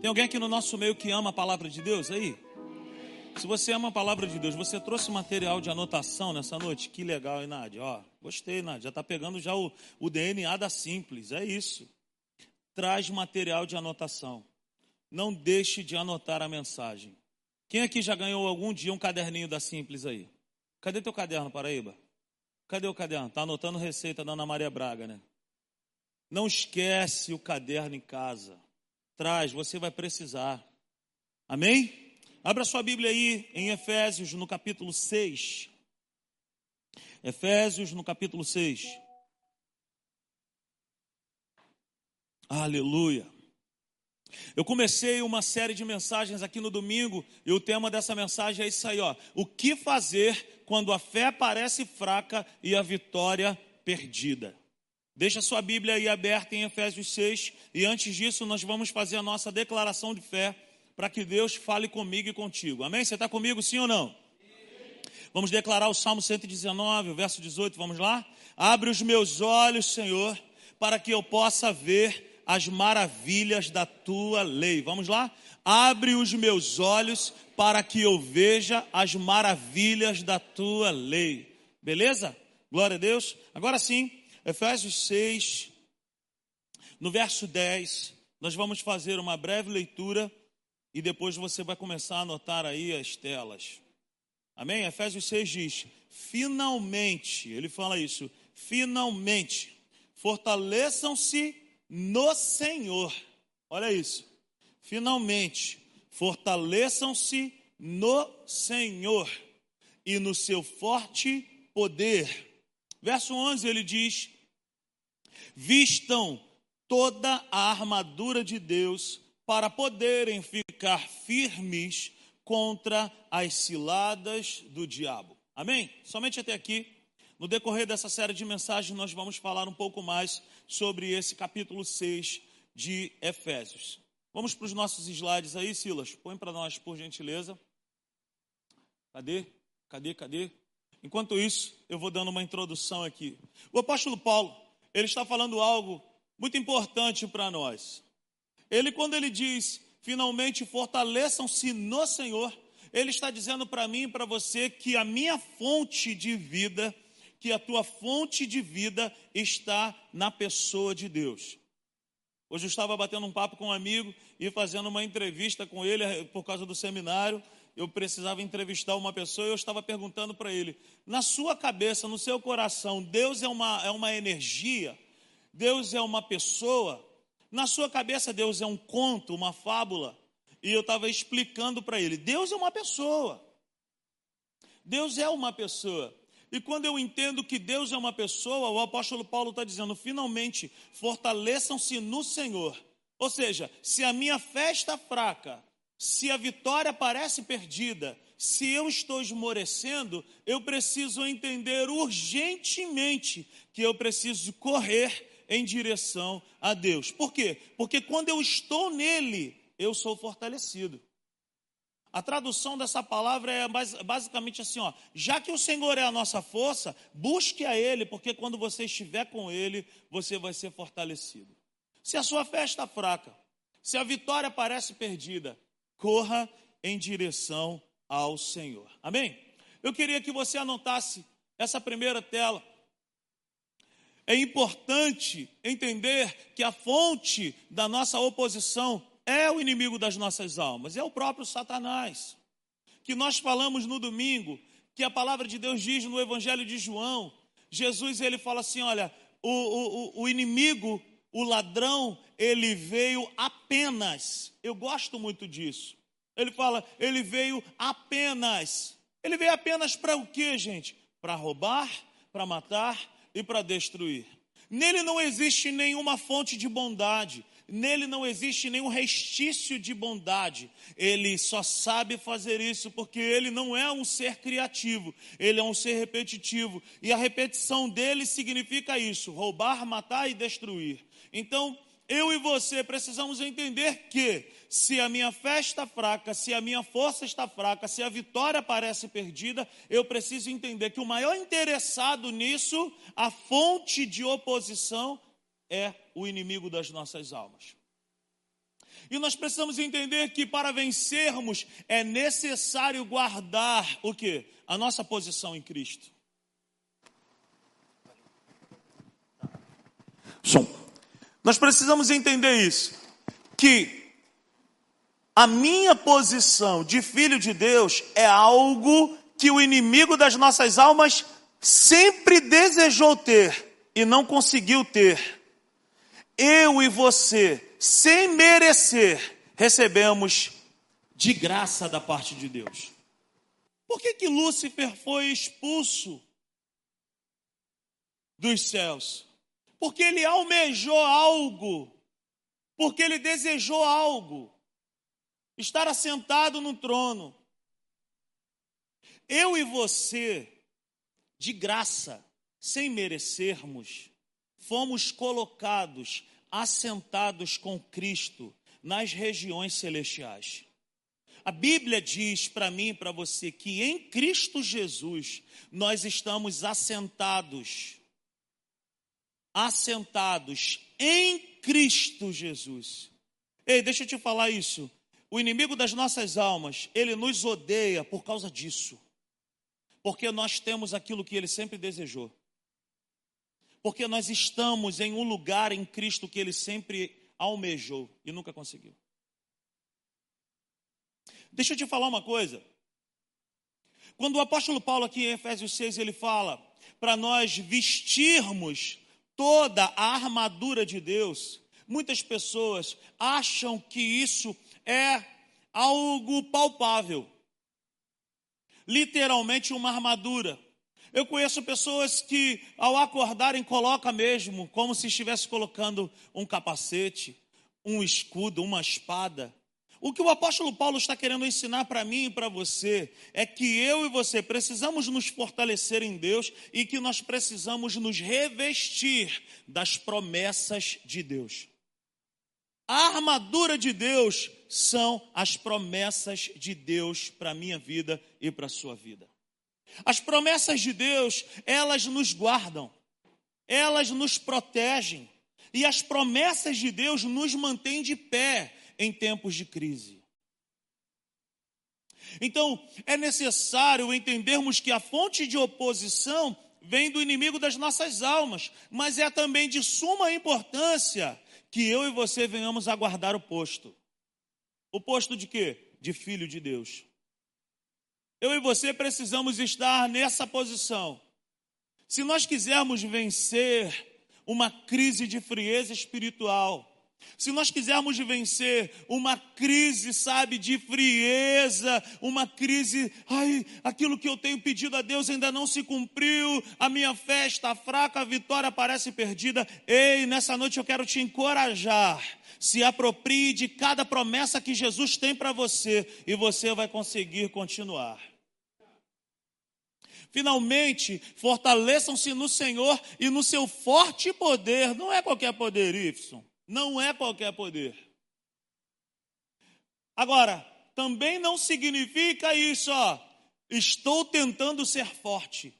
Tem alguém aqui no nosso meio que ama a palavra de Deus aí? Se você ama a palavra de Deus, você trouxe material de anotação nessa noite? Que legal, hein, Nádia? Ó, gostei, Nádia. Já está pegando já o DNA da Simples, é isso. Traz material de anotação. Não deixe de anotar a mensagem. Quem aqui já ganhou algum dia um caderninho da Simples aí? Cadê teu caderno, Paraíba? Cadê o caderno? Está anotando receita da Ana Maria Braga, né? Não esquece o caderno em casa. Traz, você vai precisar. Amém? Abra sua Bíblia aí em Efésios, no capítulo 6. Efésios, no capítulo 6. Aleluia. Eu comecei uma série de mensagens aqui no domingo e o tema dessa mensagem é isso aí, ó. O que fazer quando a fé parece fraca e a vitória perdida? Deixa sua Bíblia aí aberta em Efésios 6 e antes disso nós vamos fazer a nossa declaração de fé para que Deus fale comigo e contigo. Amém? Você está comigo, sim ou não? Vamos declarar o Salmo 119, o verso 18, vamos lá? Abre os meus olhos, Senhor, para que eu possa ver as maravilhas da tua lei. Vamos lá? Abre os meus olhos para que eu veja as maravilhas da tua lei. Beleza? Glória a Deus. Agora sim, Efésios 6, no verso 10, nós vamos fazer uma breve leitura e depois você vai começar a anotar aí as telas. Amém? Efésios 6 diz, finalmente, ele fala isso, finalmente, fortaleçam-se no Senhor. Olha isso. Finalmente, fortaleçam-se no Senhor e no seu forte poder. Verso 11 ele diz, vistam toda a armadura de Deus para poderem ficar firmes contra as ciladas do diabo. Amém? Somente até aqui. No decorrer dessa série de mensagens, nós vamos falar um pouco mais sobre esse capítulo 6 de Efésios. Vamos para os nossos slides aí, Silas. Põe para nós, por gentileza. Cadê? Enquanto isso, eu vou dando uma introdução aqui. O apóstolo Paulo, ele está falando algo muito importante para nós. Quando ele diz, finalmente fortaleçam-se no Senhor, ele está dizendo para mim e para você que a minha fonte de vida, que a tua fonte de vida está na pessoa de Deus. Hoje eu estava batendo um papo com um amigo e fazendo uma entrevista com ele por causa do seminário. Eu precisava entrevistar uma pessoa e eu estava perguntando para ele, na sua cabeça, no seu coração, Deus é uma energia? Deus é uma pessoa? Na sua cabeça, Deus é um conto, uma fábula? E eu estava explicando para ele, Deus é uma pessoa. Deus é uma pessoa. E quando eu entendo que Deus é uma pessoa, o apóstolo Paulo está dizendo, finalmente, fortaleçam-se no Senhor. Ou seja, se a minha fé está fraca, se a vitória parece perdida, se eu estou esmorecendo, eu preciso entender urgentemente que eu preciso correr em direção a Deus. Por quê? Porque quando eu estou nele, eu sou fortalecido. A tradução dessa palavra é basicamente assim, ó, já que o Senhor é a nossa força, busque a Ele, porque quando você estiver com Ele, você vai ser fortalecido. Se a sua fé está fraca, se a vitória parece perdida, corra em direção ao Senhor. Amém? Eu queria que você anotasse essa primeira tela. É importante entender que a fonte da nossa oposição é o inimigo das nossas almas, é o próprio Satanás. Que nós falamos no domingo, que a palavra de Deus diz no Evangelho de João, Jesus ele fala assim, olha, o inimigo, o ladrão, ele veio apenas, eu gosto muito disso. Ele fala, ele veio apenas para o quê, gente? Para roubar, para matar e para destruir. Nele não existe nenhuma fonte de bondade, nele não existe nenhum restício de bondade. Ele só sabe fazer isso porque ele não é um ser criativo, ele é um ser repetitivo. E a repetição dele significa isso, roubar, matar e destruir. Então, eu e você precisamos entender que se a minha fé está fraca, se a minha força está fraca, se a vitória parece perdida, eu preciso entender que o maior interessado nisso, a fonte de oposição, é o inimigo das nossas almas. E nós precisamos entender que para vencermos é necessário guardar o quê? A nossa posição em Cristo. Nós precisamos entender isso, que a minha posição de filho de Deus é algo que o inimigo das nossas almas sempre desejou ter e não conseguiu ter. Eu e você, sem merecer, recebemos de graça da parte de Deus. Por que Lúcifer foi expulso dos céus? Porque ele almejou algo, porque ele desejou algo, estar assentado no trono. Eu e você, de graça, sem merecermos, fomos colocados, assentados com Cristo nas regiões celestiais. A Bíblia diz para mim e para você que em Cristo Jesus nós estamos assentados em Cristo Jesus. Ei, deixa eu te falar isso. O inimigo das nossas almas, ele nos odeia por causa disso. Porque nós temos aquilo que ele sempre desejou. Porque nós estamos em um lugar em Cristo que ele sempre almejou e nunca conseguiu. Deixa eu te falar uma coisa. Quando o apóstolo Paulo aqui em Efésios 6, ele fala para nós vestirmos toda a armadura de Deus, muitas pessoas acham que isso é algo palpável. Literalmente uma armadura. Eu conheço pessoas que ao acordarem colocam mesmo, como se estivesse colocando um capacete, um escudo, uma espada. O que o apóstolo Paulo está querendo ensinar para mim e para você é que eu e você precisamos nos fortalecer em Deus e que nós precisamos nos revestir das promessas de Deus. A armadura de Deus são as promessas de Deus para a minha vida e para a sua vida. As promessas de Deus, elas nos guardam, elas nos protegem e as promessas de Deus nos mantêm de pé em tempos de crise. Então, é necessário entendermos que a fonte de oposição vem do inimigo das nossas almas, mas é também de suma importância que eu e você venhamos a guardar o posto. O posto de quê? De filho de Deus. Eu e você precisamos estar nessa posição. Se nós quisermos vencer uma crise de frieza espiritual, se nós quisermos vencer uma crise, de frieza, uma crise, aquilo que eu tenho pedido a Deus ainda não se cumpriu, a minha fé está fraca, a vitória parece perdida. Ei, nessa noite eu quero te encorajar. Se aproprie de cada promessa que Jesus tem para você e você vai conseguir continuar. Finalmente, fortaleçam-se no Senhor e no seu forte poder. Não é qualquer poder, Y. Não é qualquer poder. Agora, também não significa isso, estou tentando ser forte.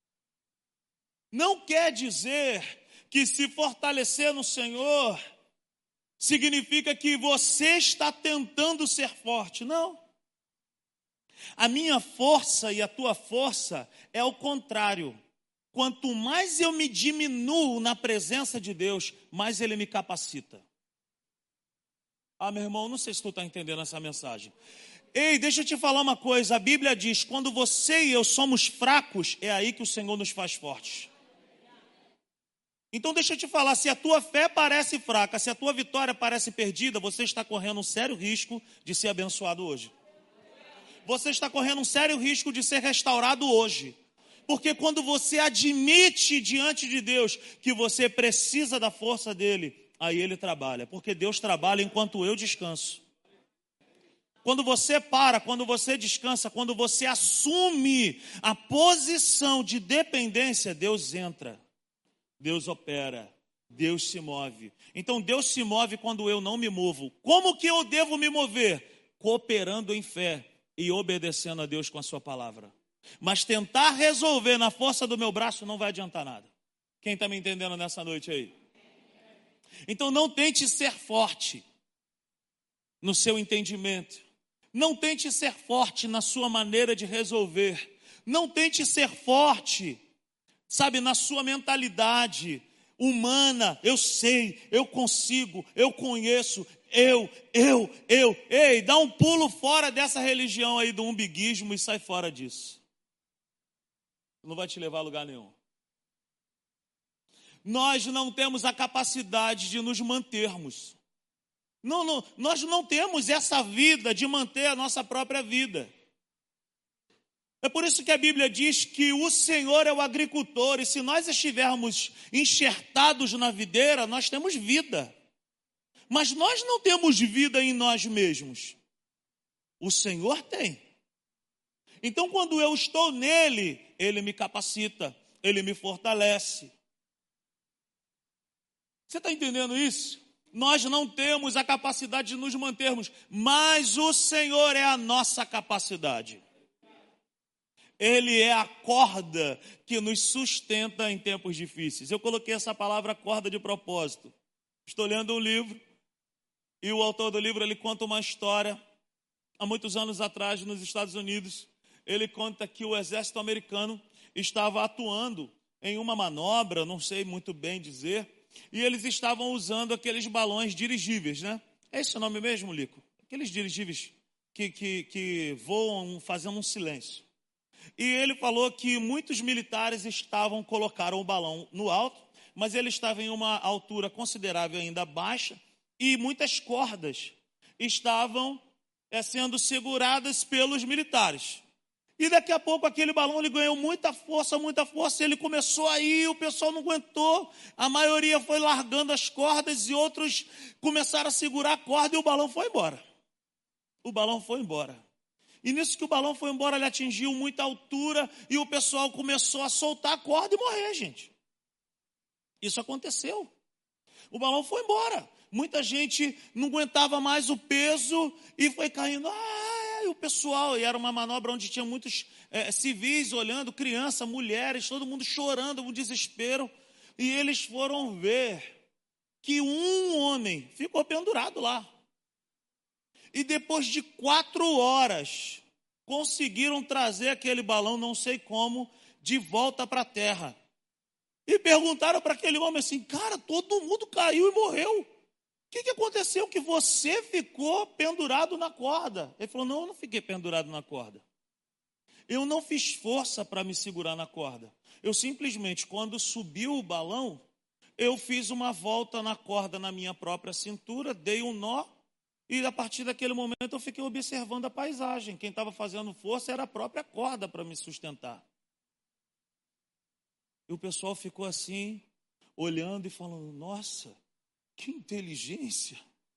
Não quer dizer que se fortalecer no Senhor significa que você está tentando ser forte. Não. A minha força e a tua força é o contrário. Quanto mais eu me diminuo na presença de Deus, mais Ele me capacita. Meu irmão, não sei se tu está entendendo essa mensagem. Ei, deixa eu te falar uma coisa. A Bíblia diz, quando você e eu somos fracos, é aí que o Senhor nos faz fortes. Então deixa eu te falar, se a tua fé parece fraca, se a tua vitória parece perdida, você está correndo um sério risco de ser abençoado hoje. Você está correndo um sério risco de ser restaurado hoje. Porque quando você admite diante de Deus que você precisa da força dele, aí ele trabalha. Porque Deus trabalha enquanto eu descanso. Quando você para, quando você descansa, quando você assume a posição de dependência, Deus entra, Deus opera, Deus se move. Então Deus se move quando eu não me movo. Como que eu devo me mover? Cooperando em fé e obedecendo a Deus com a sua palavra. Mas tentar resolver na força do meu braço não vai adiantar nada. Quem está me entendendo nessa noite aí? Então não tente ser forte. no seu entendimento. Não tente ser forte na sua maneira de resolver. Não tente ser forte, sabe, na sua mentalidade humana. Eu sei, eu consigo, eu conheço, eu. Ei, dá um pulo fora dessa religião aí do umbiguismo e sai fora disso. Não vai te levar a lugar nenhum. Nós não temos a capacidade de nos mantermos. Não, nós não temos essa vida de manter a nossa própria vida. É por isso que a Bíblia diz que o Senhor é o agricultor, e se nós estivermos enxertados na videira, nós temos vida. Mas nós não temos vida em nós mesmos. O Senhor tem. Então, quando eu estou nele, Ele me capacita, Ele me fortalece. Você está entendendo isso? Nós não temos a capacidade de nos mantermos, mas o Senhor é a nossa capacidade. Ele é a corda que nos sustenta em tempos difíceis. Eu coloquei essa palavra corda de propósito. Estou lendo um livro e o autor do livro ele conta uma história. Há muitos anos atrás, nos Estados Unidos, ele conta que o exército americano estava atuando em uma manobra, não sei muito bem dizer, e eles estavam usando aqueles balões dirigíveis, né? É esse o nome mesmo, Lico? Aqueles dirigíveis que voam fazendo um silêncio. E ele falou que muitos militares colocaram o balão no alto, mas ele estava em uma altura considerável ainda baixa, e muitas cordas estavam sendo seguradas pelos militares. E daqui a pouco aquele balão ele ganhou muita força, ele começou a ir, o pessoal não aguentou, a maioria foi largando as cordas e outros começaram a segurar a corda e o balão foi embora. O balão foi embora. E nisso que o balão foi embora, ele atingiu muita altura e o pessoal começou a soltar a corda e morrer, gente. Isso aconteceu. O balão foi embora. Muita gente não aguentava mais o peso e foi caindo. E o pessoal, e era uma manobra onde tinha muitos civis olhando, crianças, mulheres, todo mundo chorando, um desespero. E eles foram ver que um homem ficou pendurado lá. E depois de 4 horas, conseguiram trazer aquele balão, não sei como, de volta para a terra. E perguntaram para aquele homem assim, cara, todo mundo caiu e morreu. O que aconteceu que você ficou pendurado na corda? Ele falou, não, eu não fiquei pendurado na corda. Eu não fiz força para me segurar na corda. Eu simplesmente, quando subiu o balão, eu fiz uma volta na corda na minha própria cintura, dei um nó, e a partir daquele momento eu fiquei observando a paisagem. Quem estava fazendo força era a própria corda para me sustentar. E o pessoal ficou assim, olhando e falando, nossa, que inteligência.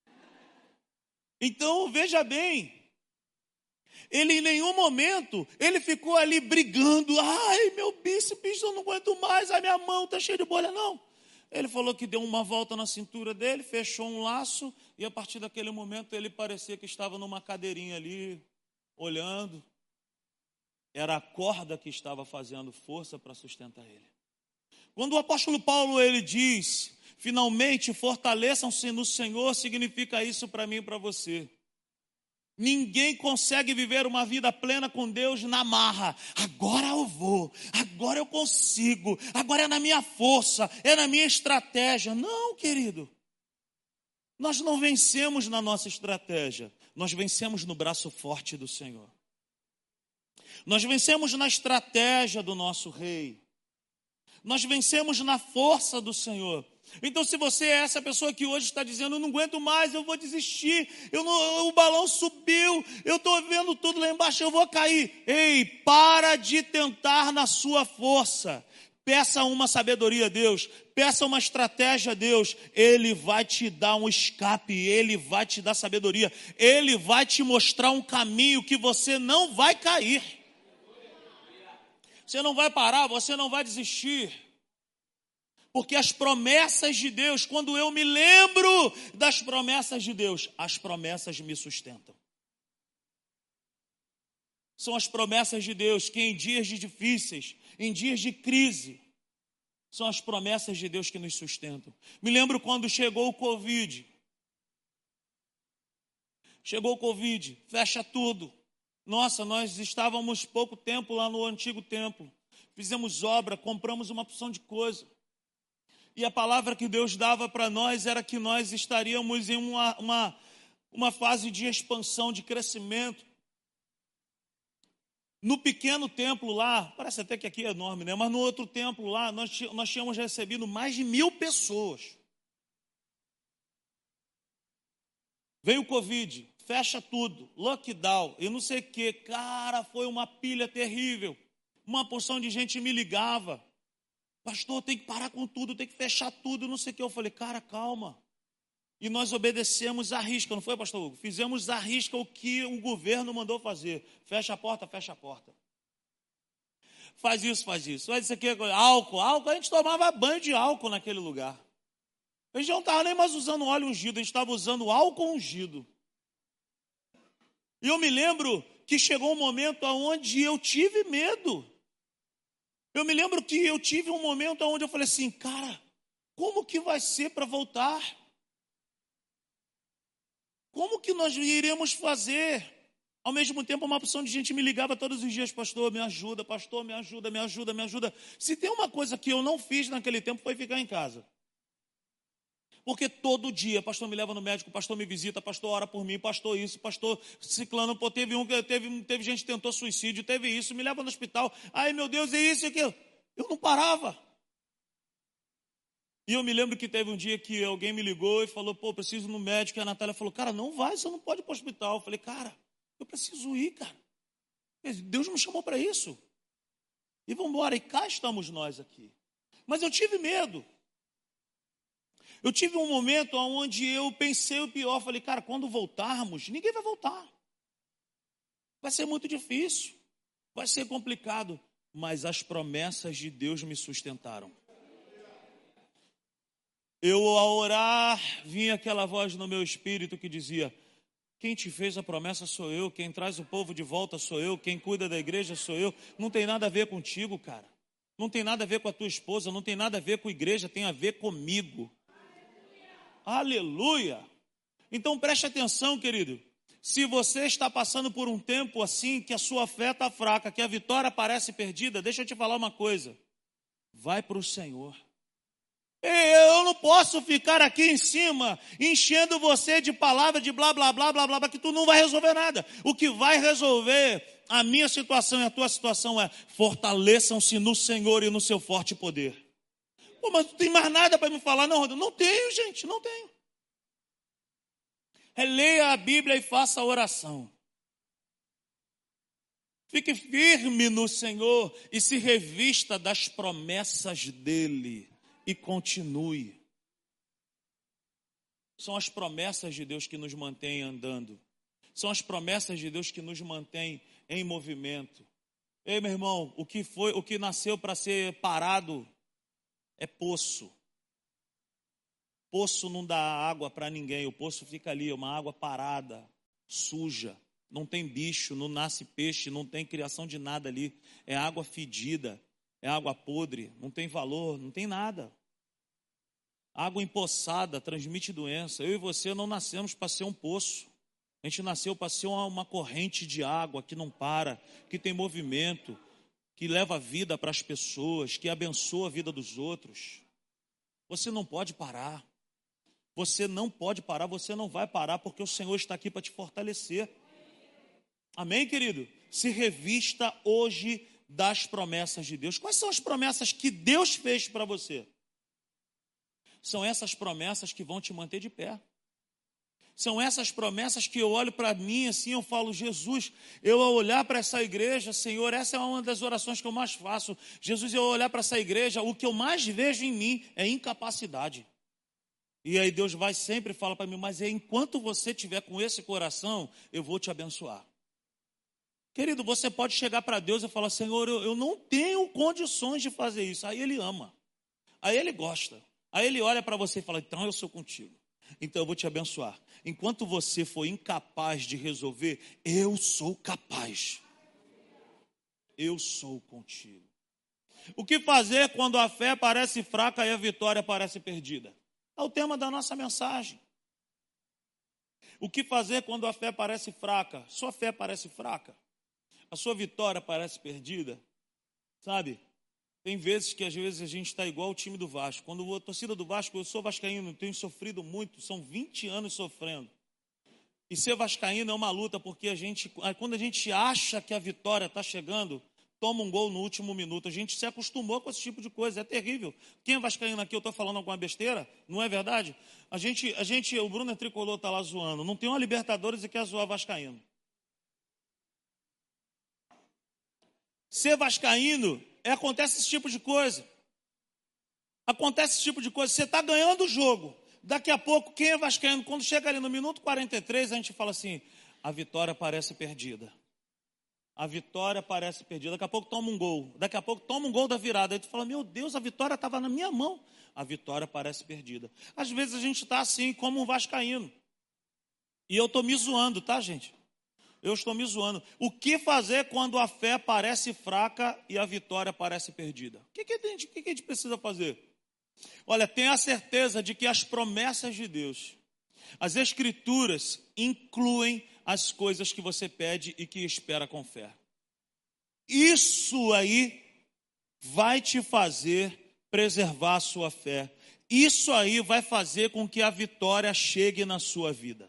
Então, veja bem, ele em nenhum momento, ele ficou ali brigando. Ai, meu bíceps, eu não aguento mais, a minha mão está cheia de bolha, não. Ele falou que deu uma volta na cintura dele, fechou um laço, e a partir daquele momento ele parecia que estava numa cadeirinha ali, olhando. Era a corda que estava fazendo força para sustentar ele. Quando o apóstolo Paulo, ele diz, finalmente fortaleçam-se no Senhor, significa isso para mim e para você. Ninguém consegue viver uma vida plena com Deus na marra. Agora eu vou, agora eu consigo, agora é na minha força, é na minha estratégia. Não, querido. Nós não vencemos na nossa estratégia, nós vencemos no braço forte do Senhor. Nós vencemos na estratégia do nosso Rei. Nós vencemos na força do Senhor. Então, se você é essa pessoa que hoje está dizendo, eu não aguento mais, eu vou desistir, o balão subiu, eu estou vendo tudo lá embaixo, eu vou cair. Ei, para de tentar na sua força. Peça uma sabedoria a Deus, peça uma estratégia a Deus. Ele vai te dar um escape, Ele vai te dar sabedoria. Ele vai te mostrar um caminho que você não vai cair. Você não vai parar, você não vai desistir. Porque as promessas de Deus, quando eu me lembro das promessas de Deus, as promessas me sustentam. São as promessas de Deus que em dias difíceis, em dias de crise, são as promessas de Deus que nos sustentam. Me lembro quando chegou o Covid. Chegou o Covid, fecha tudo. Nossa, nós estávamos pouco tempo lá no antigo templo. Fizemos obra, compramos uma porção de coisa. E a palavra que Deus dava para nós era que nós estaríamos em uma fase de expansão, de crescimento. No pequeno templo lá, parece até que aqui é enorme, né? Mas no outro templo lá, nós tínhamos recebido mais de 1.000 pessoas. Veio o Covid, fecha tudo, lockdown, e não sei o que. Cara, foi uma pilha terrível. Uma porção de gente me ligava. Pastor, tem que parar com tudo, tem que fechar tudo, não sei o que. Eu falei, cara, calma. E nós obedecemos à risca, não foi, pastor Hugo? Fizemos à risca o que o governo mandou fazer. Fecha a porta, fecha a porta. Faz isso, faz isso. Faz isso aqui, álcool, a gente tomava banho de álcool naquele lugar. A gente não estava nem mais usando óleo ungido, a gente estava usando álcool ungido. E eu me lembro que chegou um momento onde eu tive medo. Eu me lembro que eu tive um momento onde eu falei assim, cara, como que vai ser para voltar? Como que nós iremos fazer? Ao mesmo tempo, uma porção de gente me ligava todos os dias, pastor, me ajuda, pastor, me ajuda, me ajuda, me ajuda. Se tem uma coisa que eu não fiz naquele tempo, foi ficar em casa. Porque todo dia, pastor me leva no médico, pastor me visita, pastor ora por mim, pastor isso, pastor ciclano, pô, teve gente que tentou suicídio, teve isso, me leva no hospital, ai meu Deus, é isso e aquilo. Eu não parava. E eu me lembro que teve um dia que alguém me ligou e falou, pô, preciso ir no médico, e a Natália falou, cara, não vai, você não pode ir para o hospital. Eu falei, cara, eu preciso ir, cara. Deus me chamou para isso. E vamos embora, e cá estamos nós aqui. Mas eu tive medo. Eu tive um momento onde eu pensei o pior. Falei, cara, quando voltarmos, ninguém vai voltar. Vai ser muito difícil. Vai ser complicado. Mas as promessas de Deus me sustentaram. Eu, ao orar, vinha aquela voz no meu espírito que dizia, quem te fez a promessa sou eu, quem traz o povo de volta sou eu, quem cuida da igreja sou eu. Não tem nada a ver contigo, cara. Não tem nada a ver com a tua esposa, não tem nada a ver com a igreja, tem a ver comigo. Aleluia! Então preste atenção, querido. Se você está passando por um tempo assim, que a sua fé está fraca, que a vitória parece perdida, deixa eu te falar uma coisa. Vai para o Senhor. Eu não posso ficar aqui em cima, enchendo você de palavras de blá, blá, blá, blá, blá, blá, que tu não vai resolver nada. O que vai resolver a minha situação e a tua situação é, fortaleçam-se no Senhor e no seu forte poder. Pô, mas não tem mais nada para me falar, não, Rodrigo? Não tenho, gente, não tenho. Leia a Bíblia e faça a oração. Fique firme no Senhor e se revista das promessas dEle e continue. São as promessas de Deus que nos mantêm andando. São as promessas de Deus que nos mantêm em movimento. Ei, meu irmão, o que nasceu para ser parado é poço. Poço não dá água para ninguém, o poço fica ali, é uma água parada, suja, não tem bicho, não nasce peixe, não tem criação de nada ali, é água fedida, é água podre, não tem valor, não tem nada. Água empoçada transmite doença. Eu e você não nascemos para ser um poço, a gente nasceu para ser uma corrente de água que não para, que tem movimento, que leva vida para as pessoas, que abençoa a vida dos outros. Você não pode parar. Você não pode parar, você não vai parar, porque o Senhor está aqui para te fortalecer. Amém, querido? Se revista hoje das promessas de Deus. Quais são as promessas que Deus fez para você? São essas promessas que vão te manter de pé. São essas promessas que eu olho para mim assim, eu falo, Jesus, eu ao olhar para essa igreja, Senhor, essa é uma das orações que eu mais faço. Jesus, eu ao olhar para essa igreja, o que eu mais vejo em mim é incapacidade. E aí Deus vai sempre falar para mim, mas enquanto você estiver com esse coração, eu vou te abençoar. Querido, você pode chegar para Deus e falar, Senhor, eu não tenho condições de fazer isso. Aí Ele ama, aí Ele gosta, aí Ele olha para você e fala, então eu sou contigo. Então eu vou te abençoar. Enquanto você for incapaz de resolver, eu sou capaz. Eu sou contigo. O que fazer quando a fé parece fraca e a vitória parece perdida? É o tema da nossa mensagem. O que fazer quando a fé parece fraca? Sua fé parece fraca? A sua vitória parece perdida? Sabe? Tem vezes que às vezes a gente está igual o time do Vasco. Quando a torcida do Vasco, eu sou vascaíno, tenho sofrido muito, são 20 anos sofrendo. E ser vascaíno é uma luta, porque quando a gente acha que a vitória está chegando, toma um gol no último minuto. A gente se acostumou com esse tipo de coisa, é terrível. Quem é vascaíno aqui, eu estou falando alguma besteira? Não é verdade? O Bruno é tricolor, está lá zoando. Não tem uma Libertadores e quer zoar vascaíno. Ser vascaíno, acontece esse tipo de coisa. Acontece esse tipo de coisa. Você está ganhando o jogo. Daqui a pouco, quem é vascaíno, quando chega ali no minuto 43, a gente fala assim, a vitória parece perdida. A vitória parece perdida. Daqui a pouco toma um gol. Daqui a pouco toma um gol da virada. Aí tu fala, meu Deus, a vitória estava na minha mão. A vitória parece perdida. Às vezes a gente está assim, como um vascaíno. E eu estou me zoando, tá, gente? Eu estou me zoando. O que fazer quando a fé parece fraca e a vitória parece perdida? O que a gente precisa fazer? Olha, tenha a certeza de que as promessas de Deus, as Escrituras, incluem as coisas que você pede e que espera com fé. Isso aí vai te fazer preservar a sua fé. Isso aí vai fazer com que a vitória chegue na sua vida.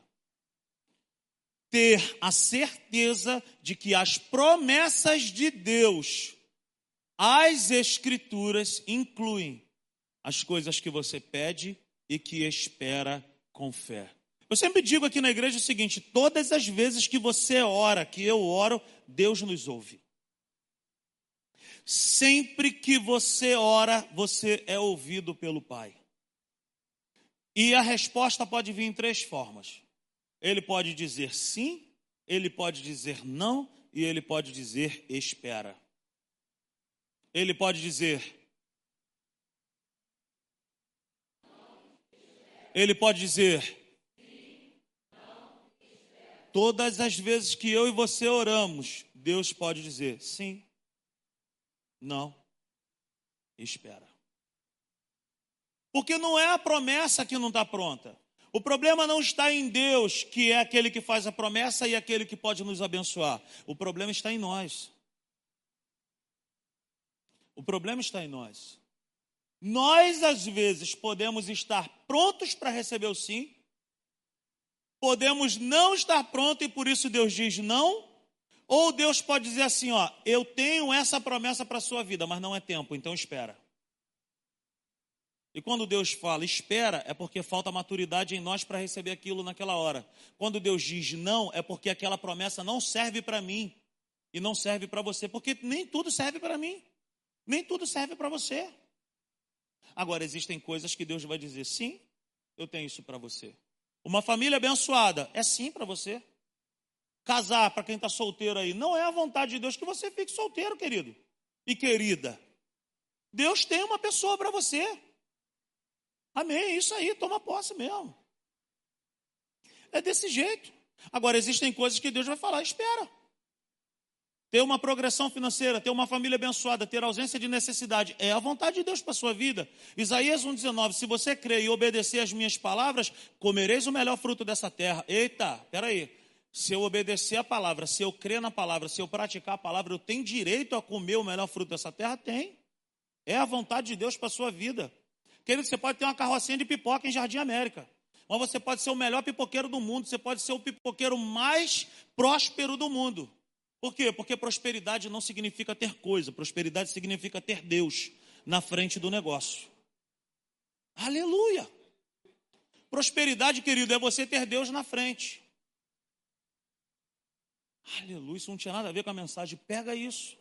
Ter a certeza de que as promessas de Deus, as Escrituras, incluem as coisas que você pede e que espera com fé. Eu sempre digo aqui na igreja o seguinte, todas as vezes que você ora, que eu oro, Deus nos ouve. Sempre que você ora, você é ouvido pelo Pai. E a resposta pode vir em 3 formas. Ele pode dizer sim, ele pode dizer não e ele pode dizer espera. Ele pode dizer... Ele pode dizer... Todas as vezes que eu e você oramos, Deus pode dizer sim, não, espera. Porque não é a promessa que não está pronta. O problema não está em Deus, que é aquele que faz a promessa e aquele que pode nos abençoar. O problema está em nós. O problema está em nós. Nós, às vezes, podemos estar prontos para receber o sim, podemos não estar prontos e por isso Deus diz não, ou Deus pode dizer assim, ó, eu tenho essa promessa para a sua vida, mas não é tempo, então espera. E quando Deus fala espera, é porque falta maturidade em nós para receber aquilo naquela hora. Quando Deus diz não, é porque aquela promessa não serve para mim e não serve para você, porque nem tudo serve para mim, nem tudo serve para você. Agora, existem coisas que Deus vai dizer sim, eu tenho isso para você. Uma família abençoada, é sim para você. Casar, para quem está solteiro aí, não é a vontade de Deus que você fique solteiro, querido e querida. Deus tem uma pessoa para você. Amém, isso aí, toma posse mesmo. É desse jeito. Agora, existem coisas que Deus vai falar, espera. Ter uma progressão financeira, ter uma família abençoada, ter ausência de necessidade, é a vontade de Deus para a sua vida. Isaías 1,19, se você crer e obedecer as minhas palavras, comereis o melhor fruto dessa terra. Eita, peraí, se eu obedecer a palavra, se eu crer na palavra, se eu praticar a palavra, eu tenho direito a comer o melhor fruto dessa terra? Tem. É a vontade de Deus para a sua vida. Querido, você pode ter uma carrocinha de pipoca em Jardim América, mas você pode ser o melhor pipoqueiro do mundo, você pode ser o pipoqueiro mais próspero do mundo. Por quê? Porque prosperidade não significa ter coisa, prosperidade significa ter Deus na frente do negócio. Aleluia! Prosperidade, querido, é você ter Deus na frente. Aleluia, isso não tinha nada a ver com a mensagem, pega isso.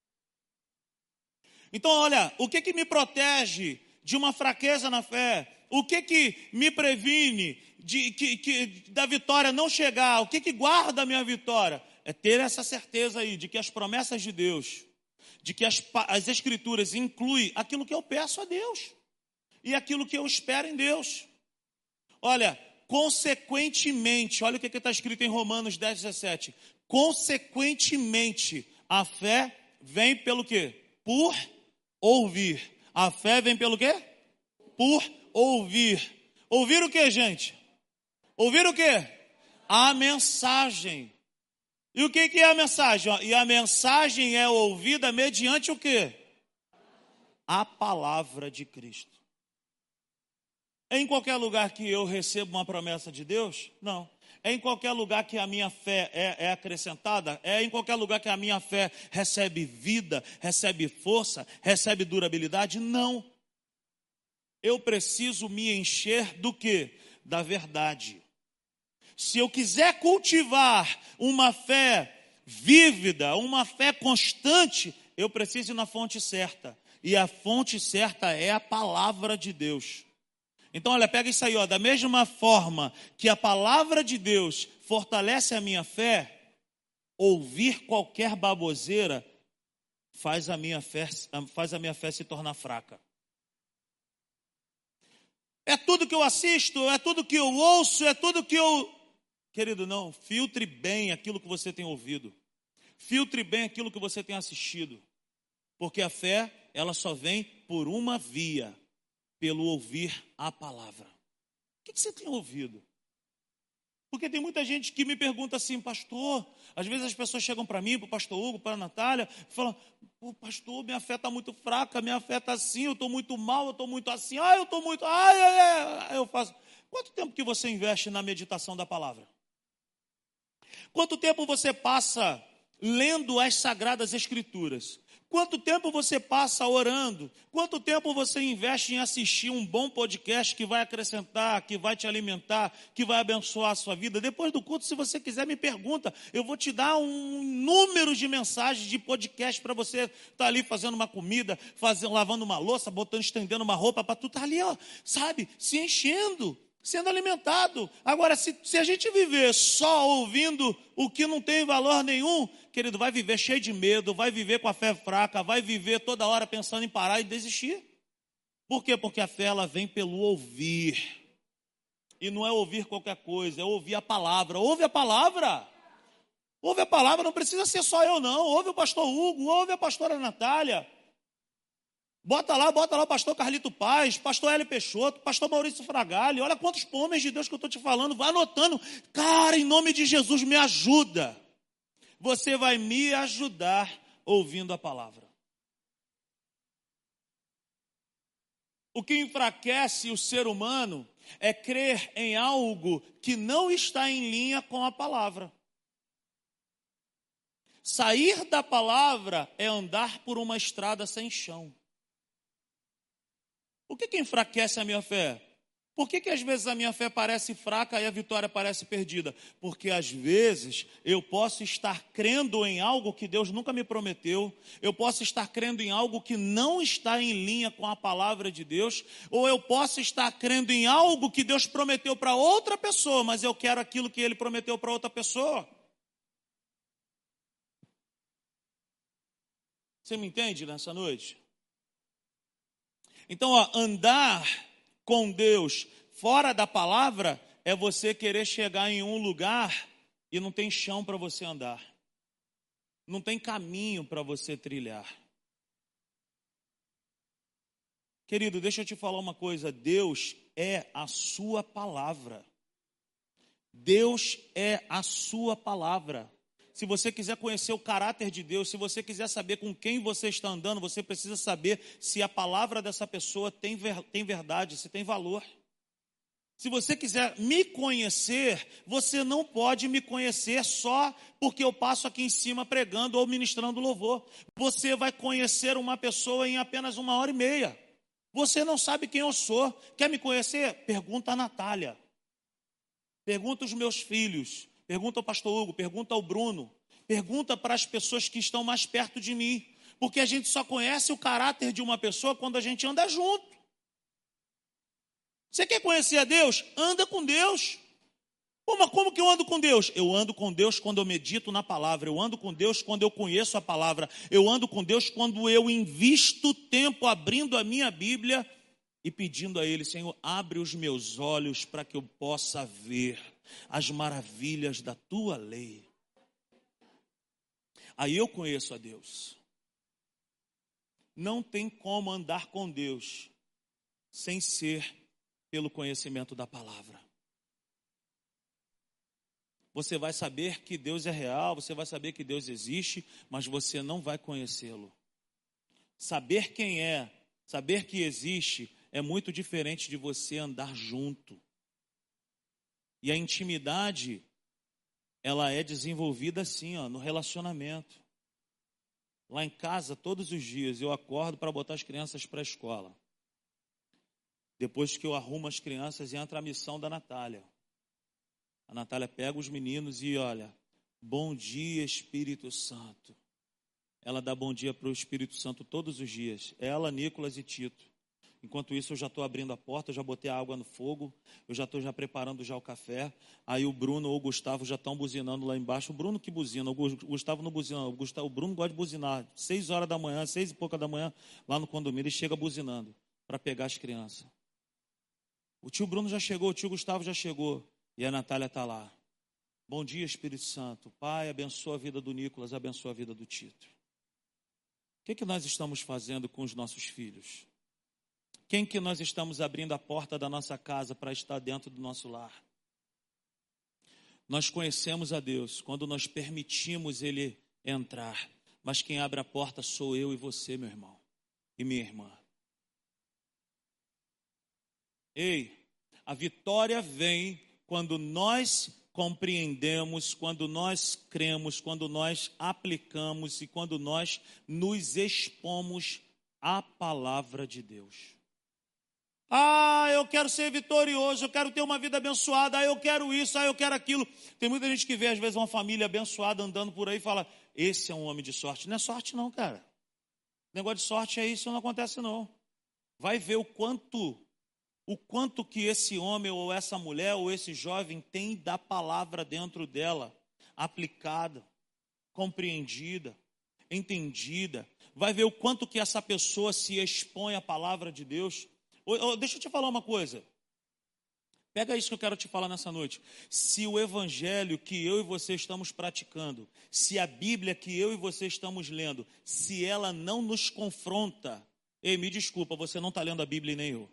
Então, olha, o que me protege de uma fraqueza na fé? O que me previne da vitória não chegar? O que guarda a minha vitória? É ter essa certeza aí de que as promessas de Deus, de que as Escrituras incluem aquilo que eu peço a Deus e aquilo que eu espero em Deus. Olha, consequentemente, olha o que está escrito em Romanos 10,17. Consequentemente, a fé vem pelo quê? Por ouvir. A fé vem pelo quê? Por ouvir. Ouvir o quê, gente? Ouvir o quê? a mensagem. E o que é a mensagem? E a mensagem é ouvida mediante o quê? A palavra de Cristo. É em qualquer lugar que eu recebo uma promessa de Deus? Não. É em qualquer lugar que a minha fé é acrescentada? É em qualquer lugar que a minha fé recebe vida, recebe força, recebe durabilidade? Não. Eu preciso me encher do quê? Da verdade. Se eu quiser cultivar uma fé vívida, uma fé constante, eu preciso ir na fonte certa. E a fonte certa é a palavra de Deus. Então, olha, pega isso aí, ó. Da mesma forma que a palavra de Deus fortalece a minha fé, ouvir qualquer baboseira faz a minha fé se tornar fraca. É tudo que eu assisto, é tudo que eu ouço, é tudo que eu... Querido, não, filtre bem aquilo que você tem ouvido. Filtre bem aquilo que você tem assistido. Porque a fé, ela só vem por uma via, pelo ouvir a palavra. O que você tem ouvido? Porque tem muita gente que me pergunta assim, pastor, às vezes as pessoas chegam para mim, para o pastor Hugo, para a Natália, e falam, pô, pastor, minha fé está muito fraca, minha fé está assim, eu estou muito mal, eu estou muito assim, eu estou muito... Aí eu faço, quanto tempo que você investe na meditação da palavra? Quanto tempo você passa lendo as Sagradas Escrituras? Quanto tempo você passa orando? Quanto tempo você investe em assistir um bom podcast que vai acrescentar, que vai te alimentar, que vai abençoar a sua vida? Depois do culto, se você quiser, me pergunta. Eu vou te dar um número de mensagens de podcast para você estar ali fazendo uma comida, lavando uma louça, estendendo uma roupa, para tu estar ali, ó, sabe, se enchendo, sendo alimentado. Agora, se a gente viver só ouvindo o que não tem valor nenhum, querido, vai viver cheio de medo, vai viver com a fé fraca, vai viver toda hora pensando em parar e desistir. Por quê? Porque a fé, ela vem pelo ouvir. E não é ouvir qualquer coisa, é ouvir a palavra. Ouve a palavra. Ouve a palavra, não precisa ser só eu não. Ouve o pastor Hugo, ouve a pastora Natália. Bota lá o pastor Carlito Paz, pastor Hélio Peixoto, pastor Maurício Fragali. Olha quantos homens de Deus que eu estou te falando. Vai anotando. Cara, em nome de Jesus, me ajuda. Você vai me ajudar ouvindo a palavra. O que enfraquece o ser humano é crer em algo que não está em linha com a palavra. Sair da palavra é andar por uma estrada sem chão. O que enfraquece a minha fé? Por que às vezes a minha fé parece fraca e a vitória parece perdida? Porque às vezes eu posso estar crendo em algo que Deus nunca me prometeu, eu posso estar crendo em algo que não está em linha com a palavra de Deus, ou eu posso estar crendo em algo que Deus prometeu para outra pessoa, mas eu quero aquilo que Ele prometeu para outra pessoa. Você me entende nessa noite? Então, andar com Deus fora da palavra é você querer chegar em um lugar e não tem chão para você andar. Não tem caminho para você trilhar. Querido, deixa eu te falar uma coisa. Deus é a sua palavra. Deus é a sua palavra. Se você quiser conhecer o caráter de Deus, se você quiser saber com quem você está andando, você precisa saber se a palavra dessa pessoa tem verdade, se tem valor. Se você quiser me conhecer, você não pode me conhecer só porque eu passo aqui em cima pregando ou ministrando louvor. Você vai conhecer uma pessoa em apenas 1h30. Você não sabe quem eu sou. Quer me conhecer? Pergunta a Natália. Pergunta os meus filhos. Pergunta ao pastor Hugo, pergunta ao Bruno, pergunta para as pessoas que estão mais perto de mim, porque a gente só conhece o caráter de uma pessoa quando a gente anda junto. Você quer conhecer a Deus? Anda com Deus. Pô, mas como que eu ando com Deus? Eu ando com Deus quando eu medito na palavra, eu ando com Deus quando eu conheço a palavra, eu ando com Deus quando eu invisto tempo abrindo a minha Bíblia e pedindo a Ele, Senhor, abre os meus olhos para que eu possa ver as maravilhas da tua lei. Aí eu conheço a Deus. Não tem como andar com Deus sem ser pelo conhecimento da palavra. Você vai saber que Deus é real, você vai saber que Deus existe, mas você não vai conhecê-lo. Saber quem é, saber que existe, é muito diferente de você andar junto. E a intimidade, ela é desenvolvida assim, no relacionamento. Lá em casa, todos os dias, eu acordo para botar as crianças para a escola. Depois que eu arrumo as crianças, entra a missão da Natália. A Natália pega os meninos e olha, bom dia, Espírito Santo. Ela dá bom dia para o Espírito Santo todos os dias. Ela, Nicolas e Tito. Enquanto isso, eu já estou abrindo a porta, eu já botei a água no fogo, eu já estou preparando já o café. Aí o Bruno ou o Gustavo já estão buzinando lá embaixo. O Bruno que buzina, o Gustavo não buzina. O Bruno gosta de buzinar. 6 horas da manhã, 6 e pouca da manhã, lá no condomínio, ele chega buzinando para pegar as crianças. O tio Bruno já chegou, o tio Gustavo já chegou. E a Natália está lá. Bom dia, Espírito Santo. Pai, abençoa a vida do Nicolas, abençoa a vida do Tito. O que nós estamos fazendo com os nossos filhos? Quem que nós estamos abrindo a porta da nossa casa para estar dentro do nosso lar? Nós conhecemos a Deus quando nós permitimos Ele entrar. Mas quem abre a porta sou eu e você, meu irmão e minha irmã. Ei, a vitória vem quando nós compreendemos, quando nós cremos, quando nós aplicamos e quando nós nos expomos à palavra de Deus. Eu quero ser vitorioso, eu quero ter uma vida abençoada, eu quero isso, eu quero aquilo. Tem muita gente que vê às vezes uma família abençoada andando por aí e fala, esse é um homem de sorte. Não é sorte não, cara. Negócio de sorte é isso, não acontece não. Vai ver o quanto que esse homem ou essa mulher ou esse jovem tem da palavra dentro dela, aplicada, compreendida, entendida. Vai ver o quanto que essa pessoa se expõe à palavra de Deus. Deixa eu te falar uma coisa. Pega isso que eu quero te falar nessa noite. Se o evangelho que eu e você estamos praticando, se a Bíblia que eu e você estamos lendo, se ela não nos confronta, me desculpa, você não está lendo a Bíblia e nem eu.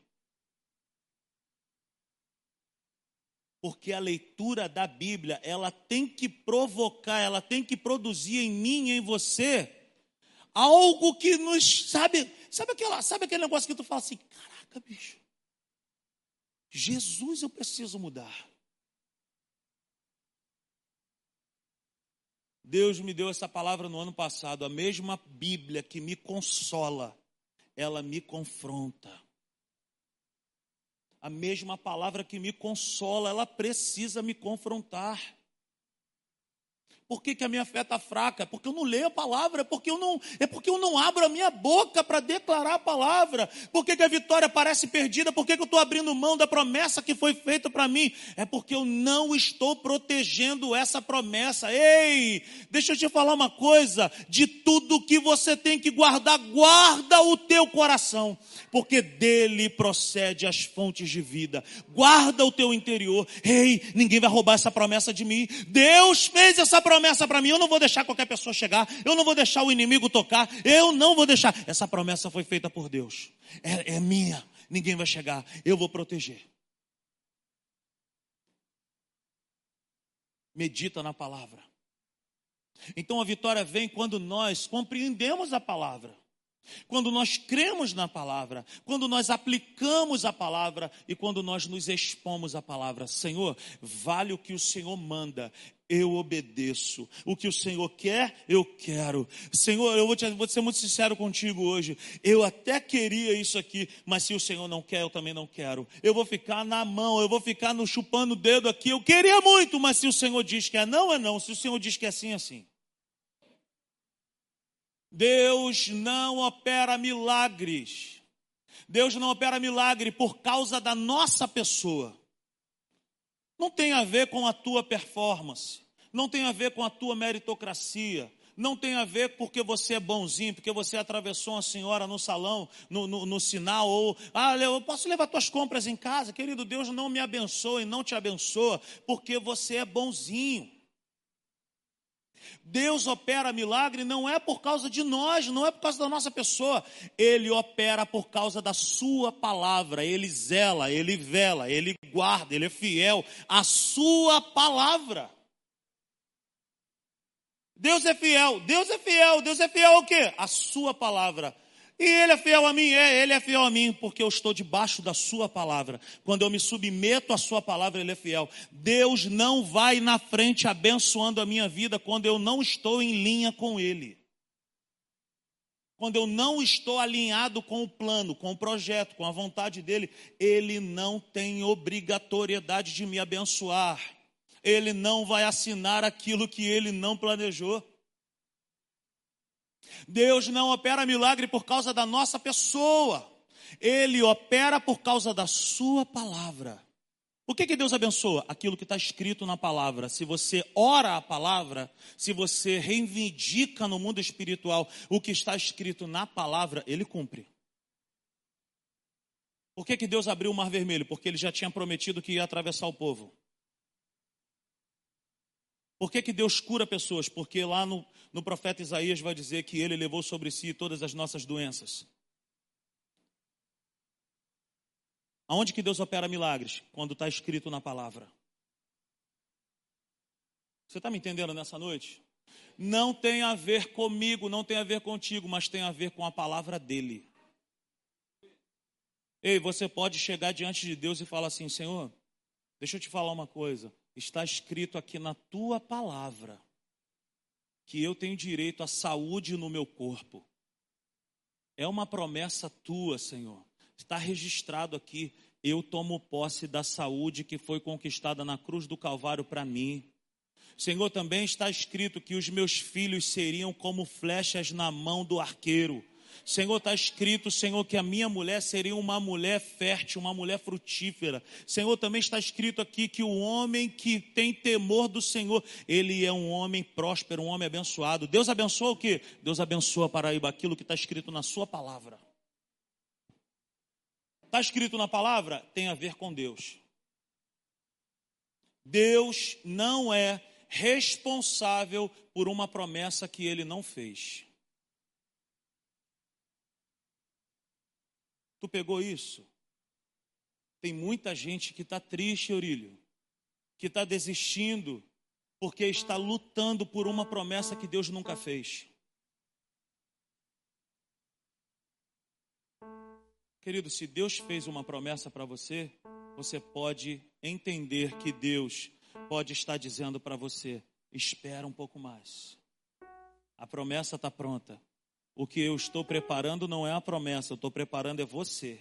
Porque a leitura da Bíblia, ela tem que provocar, ela tem que produzir em mim e em você algo que nos, sabe aquele negócio que tu fala assim, caraca, bicho, Jesus, eu preciso mudar. Deus me deu essa palavra no ano passado, a mesma Bíblia que me consola, ela me confronta. A mesma palavra que me consola, ela precisa me confrontar. Por que a minha fé está fraca? Porque eu não leio a palavra, é porque eu não abro a minha boca para declarar a palavra. Por que a vitória parece perdida? Por que eu estou abrindo mão da promessa que foi feita para mim? É porque eu não estou protegendo essa promessa. Ei, deixa eu te falar uma coisa, de tudo que você tem que guardar, guarda o teu coração, porque dele procede as fontes de vida. Guarda o teu interior. Ei, ninguém vai roubar essa promessa de mim. Deus fez essa promessa para mim, eu não vou deixar qualquer pessoa chegar, eu não vou deixar o inimigo tocar, eu não vou deixar. Essa promessa foi feita por Deus, é minha, ninguém vai chegar, eu vou proteger. Medita na palavra. Então a vitória vem quando nós compreendemos a palavra, quando nós cremos na palavra, quando nós aplicamos a palavra e quando nós nos expomos à palavra. Senhor, vale o que o Senhor manda, eu obedeço. O que o Senhor quer, eu quero. Senhor, eu vou ser muito sincero contigo hoje. Eu até queria isso aqui, mas se o Senhor não quer, eu também não quero. Eu vou ficar na mão, eu vou ficar chupando o dedo aqui. Eu queria muito, mas se o Senhor diz que é não, é não. Se o Senhor diz que é sim, é sim. Deus não opera milagres. Deus não opera milagre por causa da nossa pessoa. Não tem a ver com a tua performance, não tem a ver com a tua meritocracia, não tem a ver porque você é bonzinho, porque você atravessou uma senhora no salão, no sinal, ou, eu posso levar tuas compras em casa. Querido, Deus não me abençoa e não te abençoa porque você é bonzinho. Deus opera milagre não é por causa de nós, não é por causa da nossa pessoa. Ele opera por causa da sua palavra. Ele zela, ele vela, ele guarda, ele é fiel à sua palavra. Deus é fiel, Deus é fiel, Deus é fiel ao quê? A sua palavra. E Ele é fiel a mim? Ele é fiel a mim, porque eu estou debaixo da sua palavra. Quando eu me submeto à sua palavra, Ele é fiel. Deus não vai na frente abençoando a minha vida quando eu não estou em linha com Ele. Quando eu não estou alinhado com o plano, com o projeto, com a vontade dEle, Ele não tem obrigatoriedade de me abençoar. Ele não vai assinar aquilo que Ele não planejou. Deus não opera milagre por causa da nossa pessoa. Ele opera por causa da sua palavra. O que Deus abençoa? Aquilo que está escrito na palavra. Se você ora a palavra, se você reivindica no mundo espiritual o que está escrito na palavra, Ele cumpre. Por que Deus abriu o Mar Vermelho? Porque Ele já tinha prometido que ia atravessar o povo. Por que Deus cura pessoas? Porque lá no profeta Isaías vai dizer que Ele levou sobre si todas as nossas doenças. Aonde que Deus opera milagres? Quando está escrito na palavra. Você está me entendendo nessa noite? Não tem a ver comigo, não tem a ver contigo, mas tem a ver com a palavra dEle. Ei, você pode chegar diante de Deus e falar assim: Senhor, deixa eu te falar uma coisa. Está escrito aqui na tua palavra que eu tenho direito à saúde no meu corpo. É uma promessa tua, Senhor. Está registrado aqui. Eu tomo posse da saúde que foi conquistada na cruz do Calvário para mim. Senhor, também está escrito que os meus filhos seriam como flechas na mão do arqueiro. Senhor, está escrito, Senhor, que a minha mulher seria uma mulher fértil, uma mulher frutífera. Senhor, também está escrito aqui que o homem que tem temor do Senhor, ele é um homem próspero, um homem abençoado. Deus abençoa o quê? Deus abençoa, Paraíba, aquilo que está escrito na sua palavra. Está escrito na palavra? Tem a ver com Deus. Deus não é responsável por uma promessa que Ele não fez. Tu pegou isso? Tem muita gente que está triste, Eurílio, que está desistindo, porque está lutando por uma promessa que Deus nunca fez. Querido, se Deus fez uma promessa para você, você pode entender que Deus pode estar dizendo para você: espera um pouco mais. A promessa está pronta. O que eu estou preparando não é a promessa, eu estou preparando é você.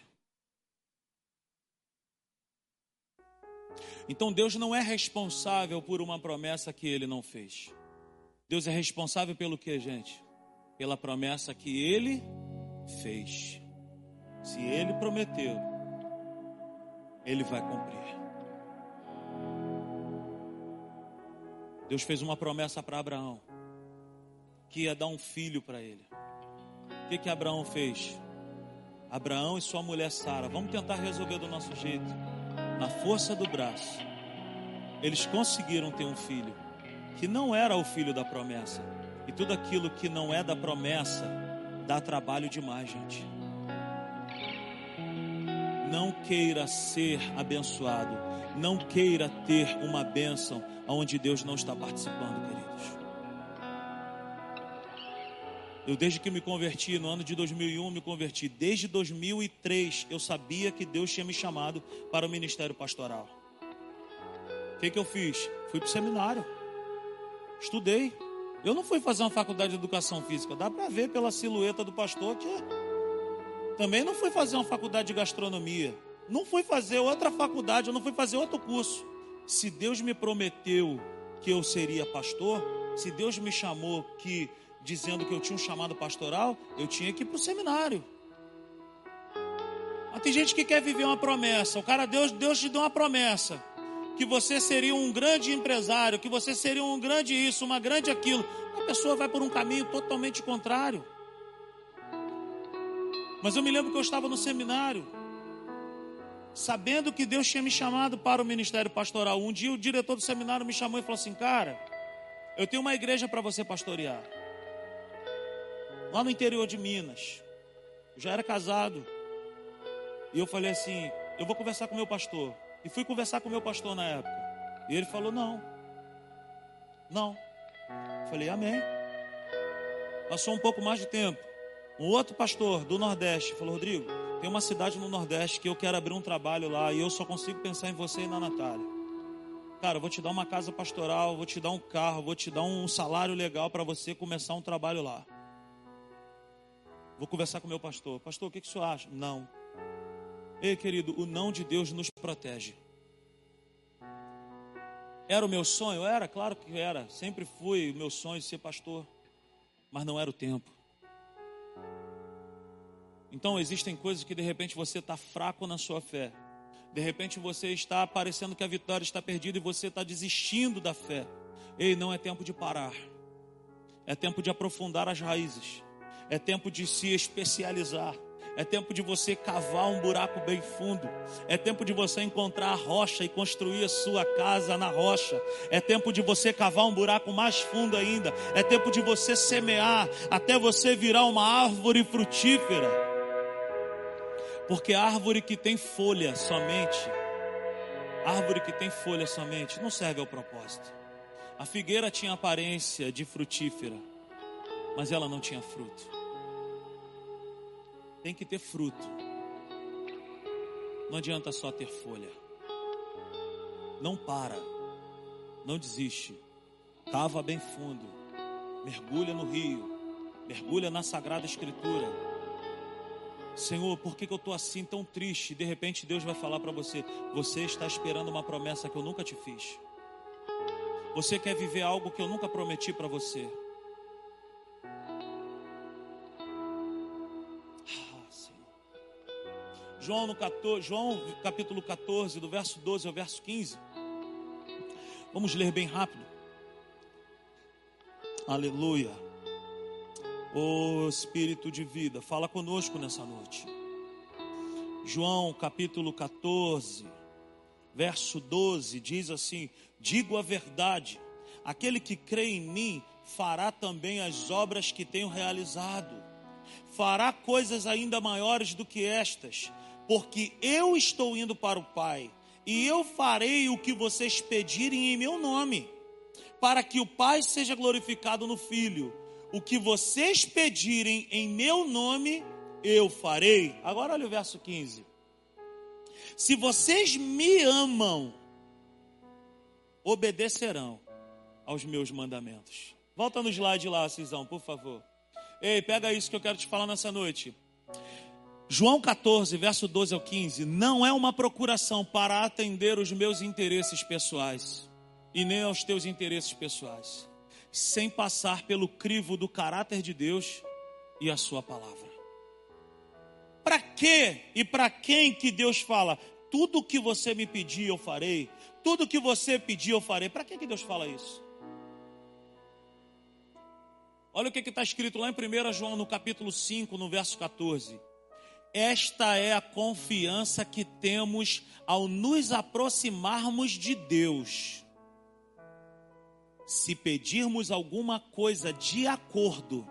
Então Deus não é responsável por uma promessa que Ele não fez. Deus é responsável pelo que, gente? Pela promessa que Ele fez. Se Ele prometeu, Ele vai cumprir. Deus fez uma promessa para Abraão, que ia dar um filho para ele. O que Abraão fez? Abraão e sua mulher Sara, vamos tentar resolver do nosso jeito. Na força do braço, eles conseguiram ter um filho, que não era o filho da promessa. E tudo aquilo que não é da promessa, dá trabalho demais, gente. Não queira ser abençoado, não queira ter uma bênção onde Deus não está participando, queridos. Eu desde que me converti, no ano de 2001 me converti, desde 2003 eu sabia que Deus tinha me chamado para o ministério pastoral. O que eu fiz? Fui para o seminário, estudei. Eu não fui fazer uma faculdade de educação física, dá para ver pela silhueta do pastor que... Também não fui fazer uma faculdade de gastronomia, não fui fazer outra faculdade, eu não fui fazer outro curso. Se Deus me prometeu que eu seria pastor, se Deus me chamou dizendo que eu tinha um chamado pastoral, eu tinha que ir para o seminário. Mas tem gente que quer viver uma promessa. Deus te deu uma promessa, que você seria um grande empresário, que você seria um grande isso, uma grande aquilo. A pessoa vai por um caminho totalmente contrário. Mas eu me lembro que eu estava no seminário, sabendo que Deus tinha me chamado para o ministério pastoral. Um dia o diretor do seminário me chamou e falou assim: cara, eu tenho uma igreja para você pastorear, lá no interior de Minas. Eu já era casado. E eu falei assim: eu vou conversar com o meu pastor. E fui conversar com o meu pastor na época. E ele falou: não. Falei, amém. Passou um pouco mais de tempo. Um outro pastor do Nordeste falou, Rodrigo, tem uma cidade no Nordeste que eu quero abrir um trabalho lá e eu só consigo pensar em você e na Natália. Cara, eu vou te dar uma casa pastoral, vou te dar um carro, vou te dar um salário legal para você começar um trabalho lá. Vou conversar com o meu pastor. Pastor, o que o senhor acha? Não. Ei, querido, o não de Deus nos protege. Era o meu sonho? Era, claro que era. Sempre foi o meu sonho de ser pastor. Mas não era o tempo. Então existem coisas que de repente você está fraco na sua fé. De repente você está parecendo que a vitória está perdida e você está desistindo da fé. Ei, não é tempo de parar. É tempo de aprofundar as raízes. É tempo de se especializar. É tempo de você cavar um buraco bem fundo. É tempo de você encontrar a rocha e construir a sua casa na rocha. É tempo de você cavar um buraco mais fundo ainda. É tempo de você semear até você virar uma árvore frutífera. Porque a árvore que tem folha somente, não serve ao propósito. A figueira tinha aparência de frutífera, mas ela não tinha fruto. Tem que ter fruto. Não adianta só ter folha. Não para. Não desiste. Cava bem fundo. Mergulha no rio. Mergulha na Sagrada Escritura. Senhor, por que eu estou assim tão triste? De repente Deus vai falar para você. Você está esperando uma promessa que eu nunca te fiz. Você quer viver algo que eu nunca prometi para você. João capítulo 14, do verso 12 ao verso 15. Vamos ler bem rápido. Aleluia. Ô Espírito de vida, fala conosco nessa noite. João capítulo 14, verso 12, diz assim: digo a verdade, aquele que crê em mim fará também as obras que tenho realizado. Fará coisas ainda maiores do que estas, porque eu estou indo para o Pai, e eu farei o que vocês pedirem em meu nome, para que o Pai seja glorificado no Filho. O que vocês pedirem em meu nome, eu farei. Agora olha o verso 15. Se vocês me amam, obedecerão aos meus mandamentos. Volta no slide lá, Cisão, por favor. Ei, pega isso que eu quero te falar nessa noite. João 14, verso 12 ao 15, não é uma procuração para atender os meus interesses pessoais e nem aos teus interesses pessoais, sem passar pelo crivo do caráter de Deus e a sua palavra. Para quê e para quem que Deus fala? Tudo que você me pedir eu farei, tudo que você pedir eu farei. Para que Deus fala isso? Olha o que está escrito lá em 1 João, no capítulo 5, no verso 14. Esta é a confiança que temos ao nos aproximarmos de Deus. Se pedirmos alguma coisa de acordo,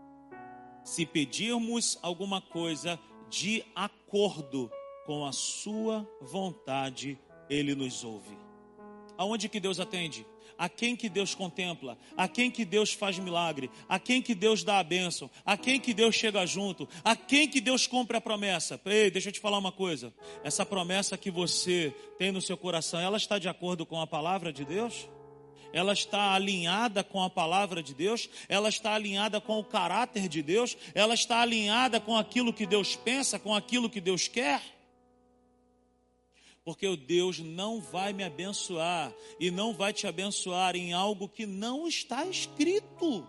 com a sua vontade, Ele nos ouve. Aonde que Deus atende? A quem que Deus contempla? A quem que Deus faz milagre? A quem que Deus dá a bênção? A quem que Deus chega junto? A quem que Deus cumpre a promessa? Ei, deixa eu te falar uma coisa. Essa promessa que você tem no seu coração, ela está de acordo com a palavra de Deus? Ela está alinhada com a palavra de Deus? Ela está alinhada com o caráter de Deus? Ela está alinhada com aquilo que Deus pensa, com aquilo que Deus quer? Porque o Deus não vai me abençoar e não vai te abençoar em algo que não está escrito,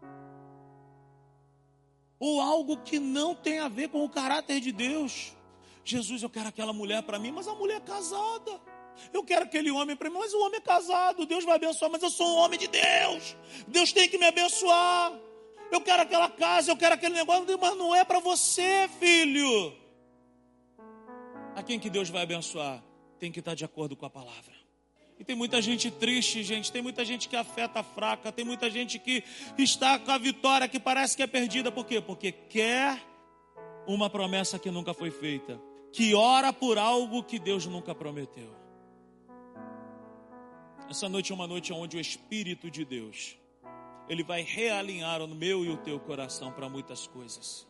ou algo que não tem a ver com o caráter de Deus. Jesus, eu quero aquela mulher para mim, mas a mulher é casada. Eu quero aquele homem para mim, mas o homem é casado. Deus vai abençoar, mas eu sou um homem de Deus. Deus tem que me abençoar. Eu quero aquela casa, eu quero aquele negócio, mas não é para você, filho. A quem que Deus vai abençoar? Tem que estar de acordo com a palavra. E tem muita gente triste, gente. Tem muita gente que a fé está fraca. Tem muita gente que está com a vitória que parece que é perdida. Por quê? Porque quer uma promessa que nunca foi feita. Que ora por algo que Deus nunca prometeu. Essa noite é uma noite onde o Espírito de Deus Ele vai realinhar o meu e o teu coração para muitas coisas.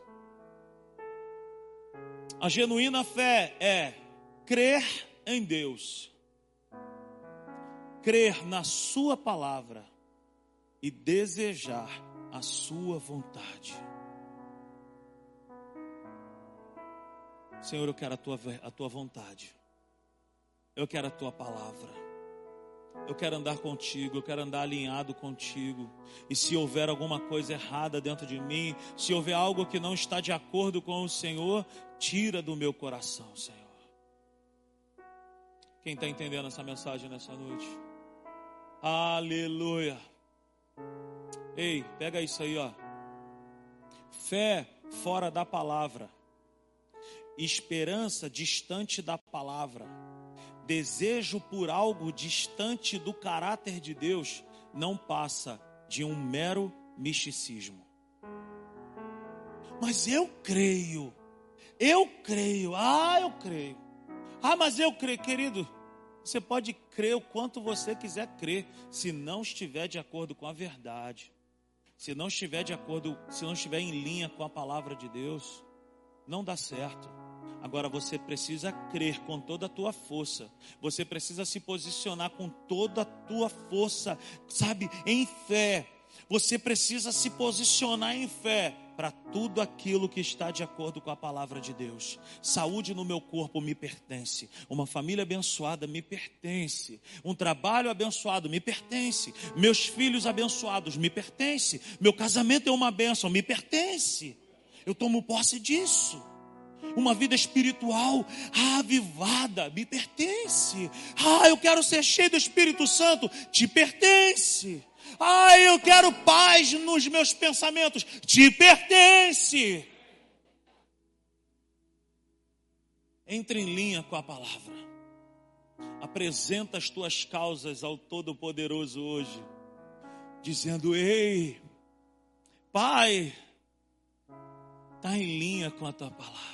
A genuína fé é crer em Deus, crer na sua palavra e desejar a sua vontade. Senhor, eu quero a tua vontade. Eu quero a tua palavra. Eu quero andar contigo, eu quero andar alinhado contigo. E se houver alguma coisa errada dentro de mim, se houver algo que não está de acordo com o Senhor, tira do meu coração, Senhor. Quem está entendendo essa mensagem nessa noite? Aleluia. Ei, pega isso aí, ó. Fé fora da palavra, esperança distante da palavra, desejo por algo distante do caráter de Deus, não passa de um mero misticismo. Mas eu creio, eu creio. Mas eu creio, querido. Você pode crer o quanto você quiser crer, se não estiver de acordo com a verdade, se não estiver em linha com a palavra de Deus, não dá certo. Agora você precisa crer com toda a tua força. Você precisa se posicionar com toda a tua força, sabe, em fé. Você precisa se posicionar em fé para tudo aquilo que está de acordo com a palavra de Deus. Saúde no meu corpo me pertence. Uma família abençoada me pertence. Um trabalho abençoado me pertence. Meus filhos abençoados me pertence. Meu casamento é uma bênção, me pertence. Eu tomo posse disso. Uma vida espiritual avivada me pertence. Eu quero ser cheio do Espírito Santo, te pertence. Eu quero paz nos meus pensamentos, te pertence. Entre em linha com a palavra. Apresenta as tuas causas ao Todo-Poderoso hoje, dizendo: ei, Pai, está em linha com a tua palavra.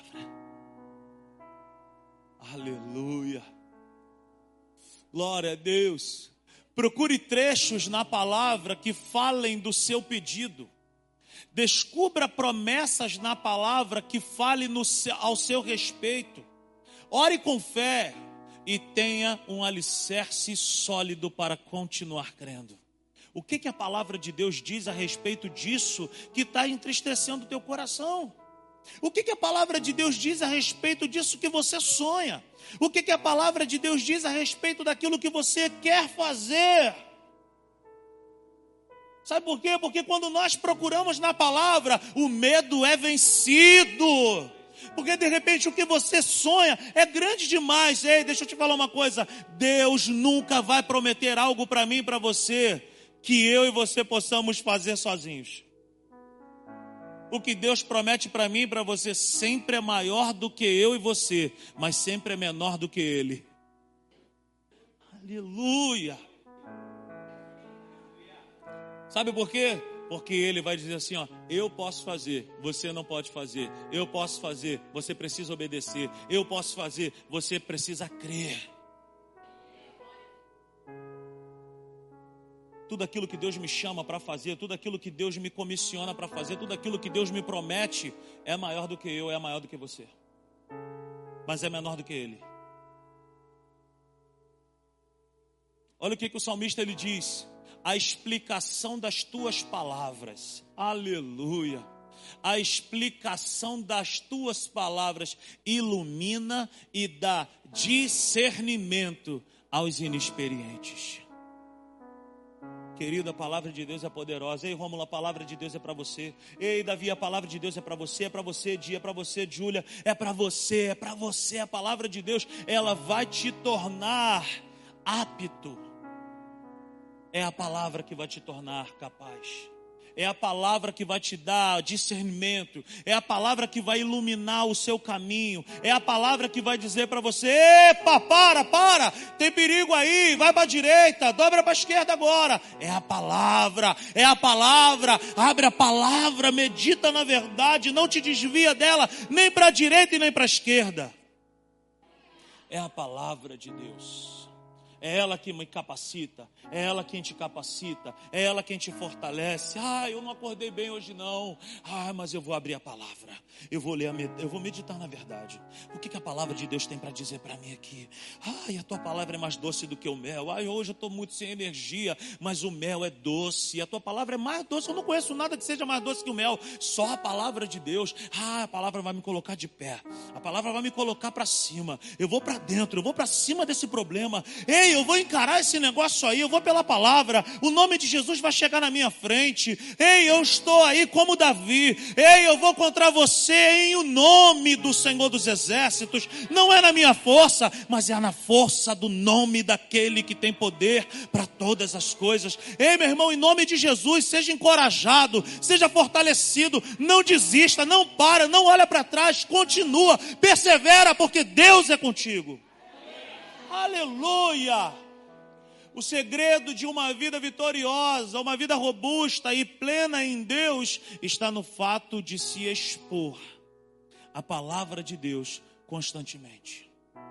Aleluia. Glória a Deus. Procure trechos na palavra que falem do seu pedido. Descubra promessas na palavra que falem ao seu respeito. Ore com fé e tenha um alicerce sólido para continuar crendo. O que a palavra de Deus diz a respeito disso que está entristecendo o teu coração? O que a palavra de Deus diz a respeito disso que você sonha? O que a palavra de Deus diz a respeito daquilo que você quer fazer? Sabe por quê? Porque quando nós procuramos na palavra, o medo é vencido. Porque de repente o que você sonha é grande demais. Ei, deixa eu te falar uma coisa. Deus nunca vai prometer algo para mim e para você que eu e você possamos fazer sozinhos. O que Deus promete para mim e para você sempre é maior do que eu e você, mas sempre é menor do que Ele. Aleluia! Sabe por quê? Porque Ele vai dizer assim, eu posso fazer, você não pode fazer. Eu posso fazer, você precisa obedecer. Eu posso fazer, você precisa crer. Tudo aquilo que Deus me chama para fazer, tudo aquilo que Deus me comissiona para fazer, tudo aquilo que Deus me promete, é maior do que eu, é maior do que você. Mas é menor do que Ele. Olha o que o salmista ele diz. A explicação das tuas palavras. Aleluia. A explicação das tuas palavras ilumina e dá discernimento aos inexperientes. Querido, a palavra de Deus é poderosa. Ei, Rômulo, a palavra de Deus é para você. Ei, Davi, a palavra de Deus é para você, Dia, é para você, Júlia, é para você. A palavra de Deus, ela vai te tornar apto. É a palavra que vai te tornar capaz. É a palavra que vai te dar discernimento. É a palavra que vai iluminar o seu caminho. É a palavra que vai dizer para você: epa, para, tem perigo aí, vai para a direita, dobra para a esquerda agora. É a palavra. Abre a palavra, medita na verdade, não te desvia dela, nem para a direita e nem para a esquerda. É a palavra de Deus. É ela que me capacita, é ela quem te capacita, é ela quem te fortalece. Eu não acordei bem hoje não. Mas eu vou abrir a palavra, eu vou ler, eu vou meditar na verdade. O que a palavra de Deus tem para dizer para mim aqui? A tua palavra é mais doce do que o mel. Hoje eu estou muito sem energia, mas o mel é doce. A tua palavra é mais doce. Eu não conheço nada que seja mais doce que o mel, só a palavra de Deus. A palavra vai me colocar de pé, a palavra vai me colocar para cima. Eu vou para dentro, eu vou para cima desse problema. Eu vou encarar esse negócio aí, eu vou pela palavra, o nome de Jesus vai chegar na minha frente. Eu estou aí como Davi. Eu vou contra você em o nome do Senhor dos Exércitos. Não é na minha força, mas é na força do nome daquele que tem poder para todas as coisas. Meu irmão, em nome de Jesus, seja encorajado, seja fortalecido, não desista, não para, não olha para trás, continua, persevera, porque Deus é contigo. Aleluia! O segredo de uma vida vitoriosa, uma vida robusta e plena em Deus, está no fato de se expor à palavra de Deus constantemente.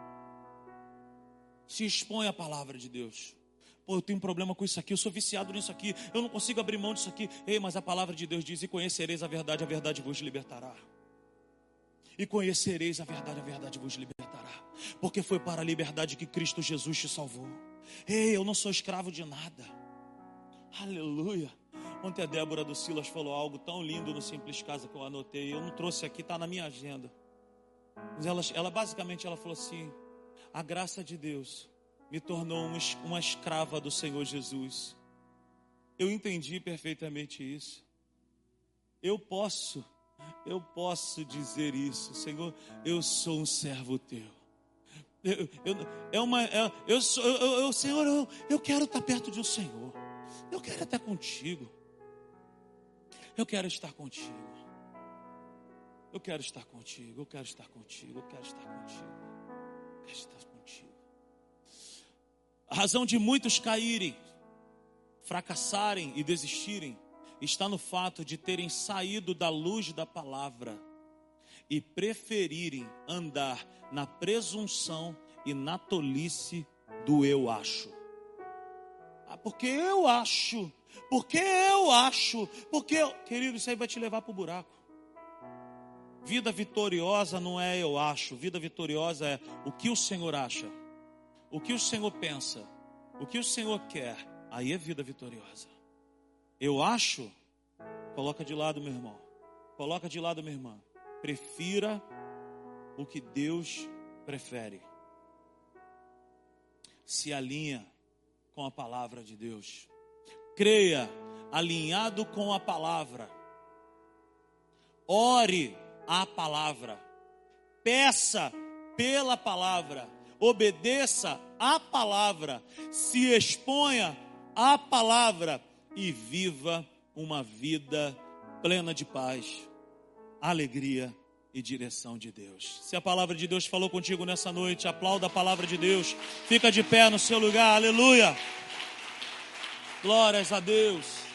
Se expõe à palavra de Deus. Eu tenho um problema com isso aqui, eu sou viciado nisso aqui, eu não consigo abrir mão disso aqui. Mas a palavra de Deus diz: e conhecereis a verdade vos libertará. E conhecereis a verdade vos libertará. Porque foi para a liberdade que Cristo Jesus te salvou. Eu não sou escravo de nada. Aleluia. Ontem a Débora do Silas falou algo tão lindo no Simples Casa que eu anotei. Eu não trouxe aqui, está na minha agenda. Mas ela basicamente falou assim: a graça de Deus me tornou uma escrava do Senhor Jesus. Eu entendi perfeitamente isso. Eu posso dizer isso: Senhor, eu sou um servo teu. Senhor, eu quero estar perto do Senhor. Eu quero estar contigo. Eu quero estar contigo. Eu quero estar contigo. Eu quero estar contigo. Eu quero estar contigo. Eu quero estar contigo. A razão de muitos caírem, fracassarem e desistirem está no fato de terem saído da luz da palavra e preferirem andar na presunção e na tolice do eu acho. Porque eu acho. Querido, isso aí vai te levar para o buraco. Vida vitoriosa não é eu acho. Vida vitoriosa é o que o Senhor acha, o que o Senhor pensa, o que o Senhor quer. Aí é vida vitoriosa. Eu acho, coloca de lado, meu irmão. Coloca de lado, minha irmã. Prefira o que Deus prefere. Se alinha com a palavra de Deus. Creia alinhado com a palavra. Ore a palavra. Peça pela palavra. Obedeça a palavra. Se exponha à palavra. E viva uma vida plena de paz, alegria e direção de Deus. Se a palavra de Deus falou contigo nessa noite, aplauda a palavra de Deus. Fica de pé no seu lugar, aleluia. Glórias a Deus.